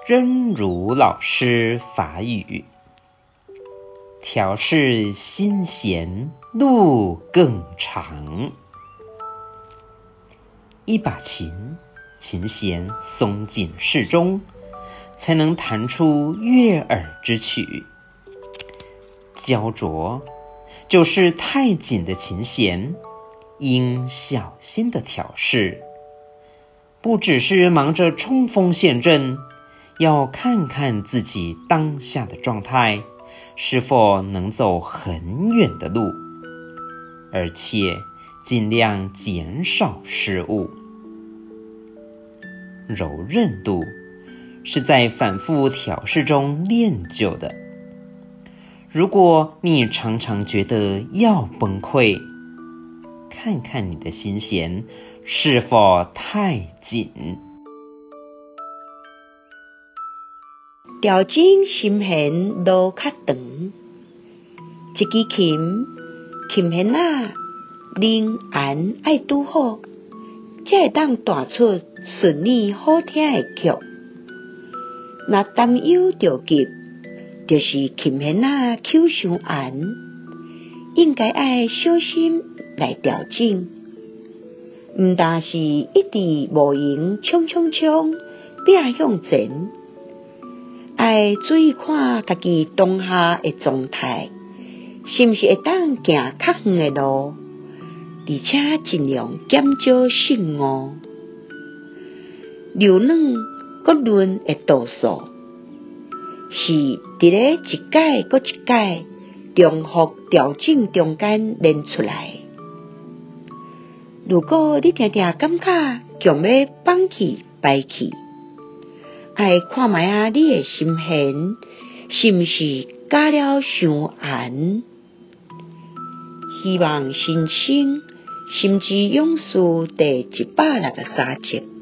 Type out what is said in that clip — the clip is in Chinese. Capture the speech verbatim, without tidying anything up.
真如老师法语，调试心弦路更长。一把琴，琴弦松紧适中，才能弹出悦耳之曲。焦灼就是太紧的琴弦，应小心的调试。不只是忙着冲锋陷阵，要看看自己当下的状态，是否能走很远的路，而且尽量减少失误。柔韧度是在反复调试中练就的。如果你常常觉得要崩溃，看看你的心弦是否太紧。 调整心弦路较长，一支琴琴弦仔零弦爱拄好，才会当弹出顺利好听的曲。若担忧着急，就是琴弦仔扣伤弦，应该爱小心来调整，毋但是一直无闲冲冲冲拼向前。爱注意看家己当下的状态，是毋是会当行较远的路，而且尽量减少失误。柔软搁润的度数，是伫咧一改搁一改重复调整中间练出来。如果你常常感觉强要放弃摆弃，爱看卖啊，你的心弦是毋是加了伤弦？希望新生心之勇士第一百六十三集。